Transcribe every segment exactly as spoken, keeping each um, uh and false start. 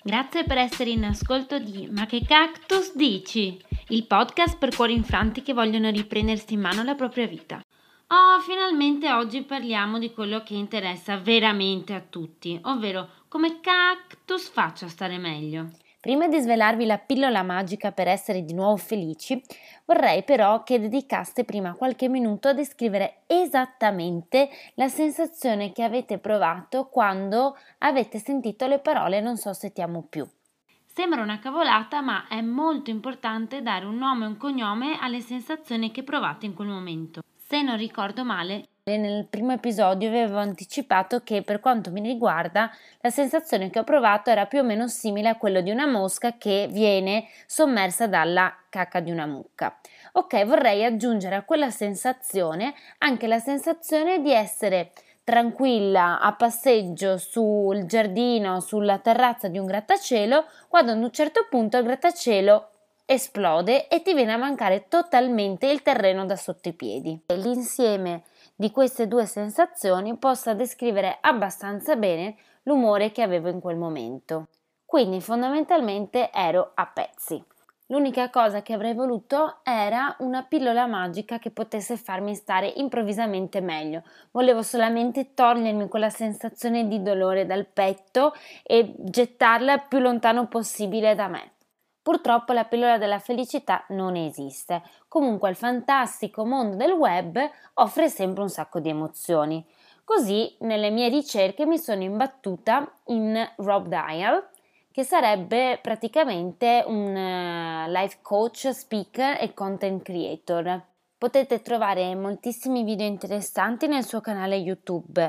Grazie per essere in ascolto di Ma che cactus dici? Il podcast per cuori infranti che vogliono riprendersi in mano la propria vita. Oh, finalmente oggi parliamo di quello che interessa veramente a tutti, ovvero come cactus faccio a stare meglio. Prima di svelarvi la pillola magica per essere di nuovo felici, vorrei però che dedicaste prima qualche minuto a descrivere esattamente la sensazione che avete provato quando avete sentito le parole "non so se ti amo più". Sembra una cavolata, ma è molto importante dare un nome e un cognome alle sensazioni che provate in quel momento. Se non ricordo male, nel primo episodio vi avevo anticipato che per quanto mi riguarda la sensazione che ho provato era più o meno simile a quello di una mosca che viene sommersa dalla cacca di una mucca. Ok, vorrei aggiungere a quella sensazione anche la sensazione di essere tranquilla a passeggio sul giardino, sulla terrazza di un grattacielo, quando ad un certo punto il grattacielo esplode e ti viene a mancare totalmente il terreno da sotto i piedi. L'insieme di queste due sensazioni possa descrivere abbastanza bene l'umore che avevo in quel momento. Quindi fondamentalmente ero a pezzi. L'unica cosa che avrei voluto era una pillola magica che potesse farmi stare improvvisamente meglio. Volevo solamente togliermi quella sensazione di dolore dal petto e gettarla più lontano possibile da me. Purtroppo la pillola della felicità non esiste. Comunque il fantastico mondo del web offre sempre un sacco di emozioni. Così nelle mie ricerche mi sono imbattuta in Rob Dial, che sarebbe praticamente un uh, life coach, speaker e content creator. Potete trovare moltissimi video interessanti nel suo canale YouTube.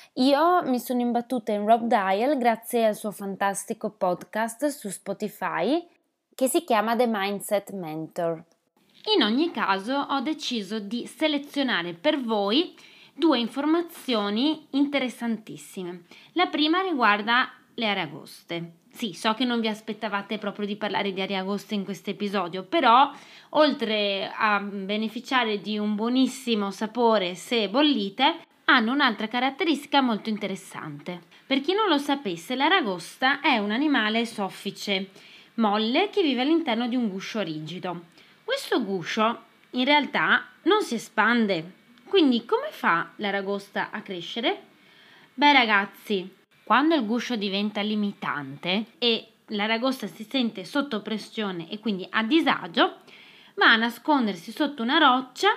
Io mi sono imbattuta in Rob Dial grazie al suo fantastico podcast su Spotify che si chiama The Mindset Mentor. In ogni caso ho deciso di selezionare per voi due informazioni interessantissime. La prima riguarda le aragoste. Sì, so che non vi aspettavate proprio di parlare di aragoste in questo episodio, però oltre a beneficiare di un buonissimo sapore se bollite, hanno un'altra caratteristica molto interessante. Per chi non lo sapesse, l'aragosta è un animale soffice, molle, che vive all'interno di un guscio rigido. Questo guscio in realtà non si espande, quindi come fa l'aragosta a crescere? Beh ragazzi, quando il guscio diventa limitante e l'aragosta si sente sotto pressione e quindi a disagio, va a nascondersi sotto una roccia,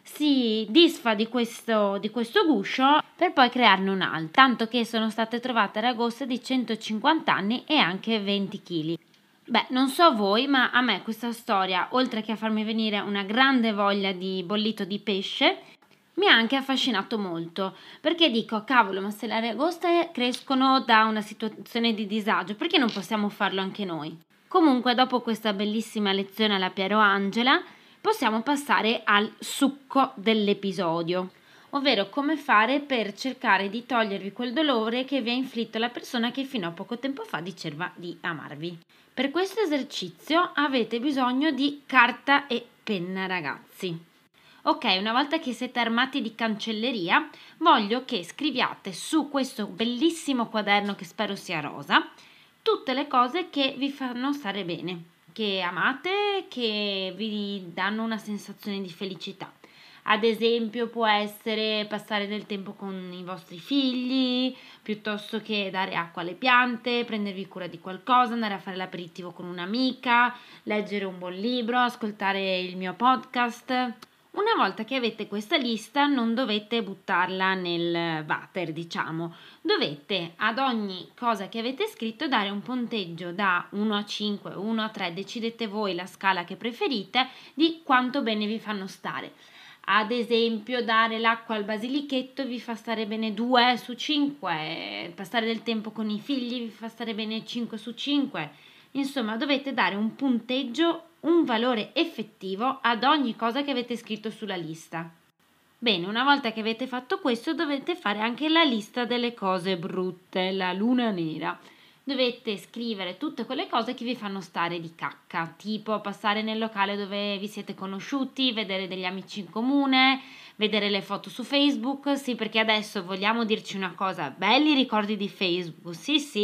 si disfa di questo, di questo guscio per poi crearne un altro, tanto che sono state trovate aragoste di centocinquanta anni e anche venti chili. Beh, non so voi, ma a me questa storia, oltre che a farmi venire una grande voglia di bollito di pesce, mi ha anche affascinato molto, perché dico, cavolo, ma se le aragoste crescono da una situazione di disagio, perché non possiamo farlo anche noi? Comunque, dopo questa bellissima lezione alla Piero Angela, possiamo passare al succo dell'episodio, ovvero come fare per cercare di togliervi quel dolore che vi ha inflitto la persona che fino a poco tempo fa diceva di amarvi. Per questo esercizio avete bisogno di carta e penna, ragazzi. Ok, una volta che siete armati di cancelleria, voglio che scriviate su questo bellissimo quaderno, che spero sia rosa, tutte le cose che vi fanno stare bene, che amate, che vi danno una sensazione di felicità. Ad esempio può essere passare del tempo con i vostri figli, piuttosto che dare acqua alle piante, prendervi cura di qualcosa, andare a fare l'aperitivo con un'amica, leggere un buon libro, ascoltare il mio podcast. Una volta che avete questa lista non dovete buttarla nel water, diciamo. Dovete ad ogni cosa che avete scritto dare un punteggio da uno a cinque, uno a tre, decidete voi la scala che preferite di quanto bene vi fanno stare. Ad esempio, dare l'acqua al basilichetto vi fa stare bene due su cinque, passare del tempo con i figli vi fa stare bene cinque su cinque. Insomma, dovete dare un punteggio, un valore effettivo ad ogni cosa che avete scritto sulla lista. Bene, una volta che avete fatto questo, dovete fare anche la lista delle cose brutte, la luna nera. Dovete scrivere tutte quelle cose che vi fanno stare di cacca, tipo passare nel locale dove vi siete conosciuti, vedere degli amici in comune, vedere le foto su Facebook. Sì, perché adesso vogliamo dirci una cosa, belli ricordi di Facebook, sì sì,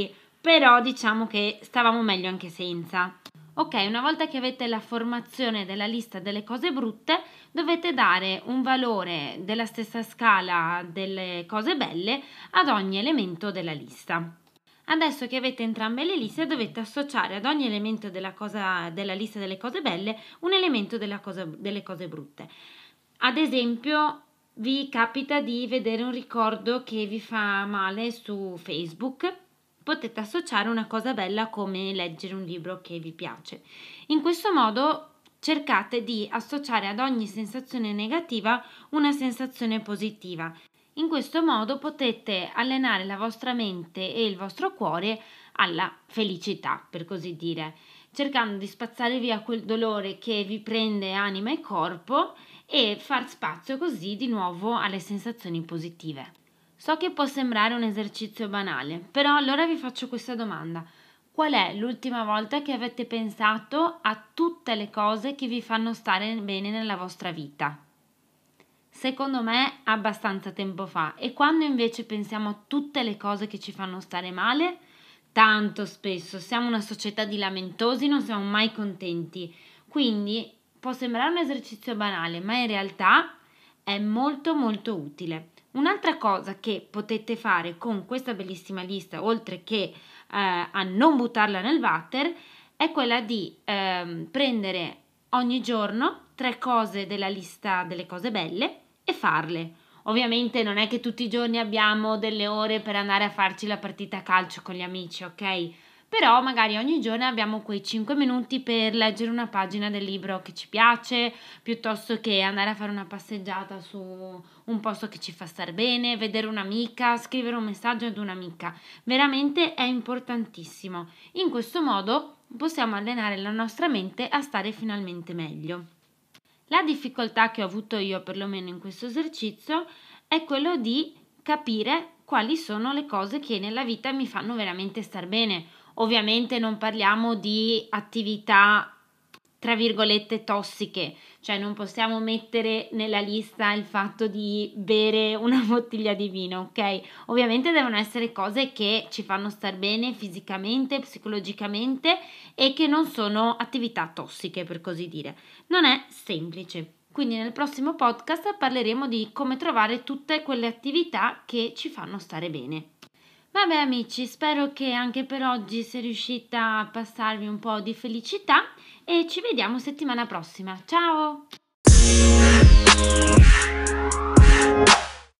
però diciamo che stavamo meglio anche senza. Ok, una volta che avete la formazione della lista delle cose brutte, dovete dare un valore della stessa scala delle cose belle ad ogni elemento della lista. Adesso che avete entrambe le liste, dovete associare ad ogni elemento della, cosa, della lista delle cose belle un elemento della cosa, delle cose brutte. Ad esempio, vi capita di vedere un ricordo che vi fa male su Facebook. Potete associare una cosa bella come leggere un libro che vi piace. In questo modo cercate di associare ad ogni sensazione negativa una sensazione positiva. In questo modo potete allenare la vostra mente e il vostro cuore alla felicità, per così dire, cercando di spazzare via quel dolore che vi prende anima e corpo e far spazio così di nuovo alle sensazioni positive. So che può sembrare un esercizio banale, però allora vi faccio questa domanda. Qual è l'ultima volta che avete pensato a tutte le cose che vi fanno stare bene nella vostra vita? Secondo me abbastanza tempo fa. E quando invece pensiamo a tutte le cose che ci fanno stare male? Tanto spesso. Siamo una società di lamentosi, non siamo mai contenti. Quindi può sembrare un esercizio banale, ma in realtà è molto molto utile. Un'altra cosa che potete fare con questa bellissima lista, oltre che eh, a non buttarla nel water, è quella di eh, prendere ogni giorno tre cose della lista delle cose belle e farle. Ovviamente non è che tutti i giorni abbiamo delle ore per andare a farci la partita a calcio con gli amici, ok? Però magari ogni giorno abbiamo quei cinque minuti per leggere una pagina del libro che ci piace, piuttosto che andare a fare una passeggiata su un posto che ci fa star bene, vedere un'amica, scrivere un messaggio ad un'amica. Veramente è importantissimo. In questo modo possiamo allenare la nostra mente a stare finalmente meglio. La difficoltà che ho avuto io, perlomeno in questo esercizio, è quello di capire quali sono le cose che nella vita mi fanno veramente star bene. Ovviamente non parliamo di attività tra virgolette tossiche, cioè non possiamo mettere nella lista il fatto di bere una bottiglia di vino, ok? Ovviamente devono essere cose che ci fanno star bene fisicamente, psicologicamente e che non sono attività tossiche, per così dire. Non è semplice. Quindi nel prossimo podcast parleremo di come trovare tutte quelle attività che ci fanno stare bene. Vabbè amici, spero che anche per oggi sia riuscita a passarvi un po' di felicità e ci vediamo settimana prossima. Ciao!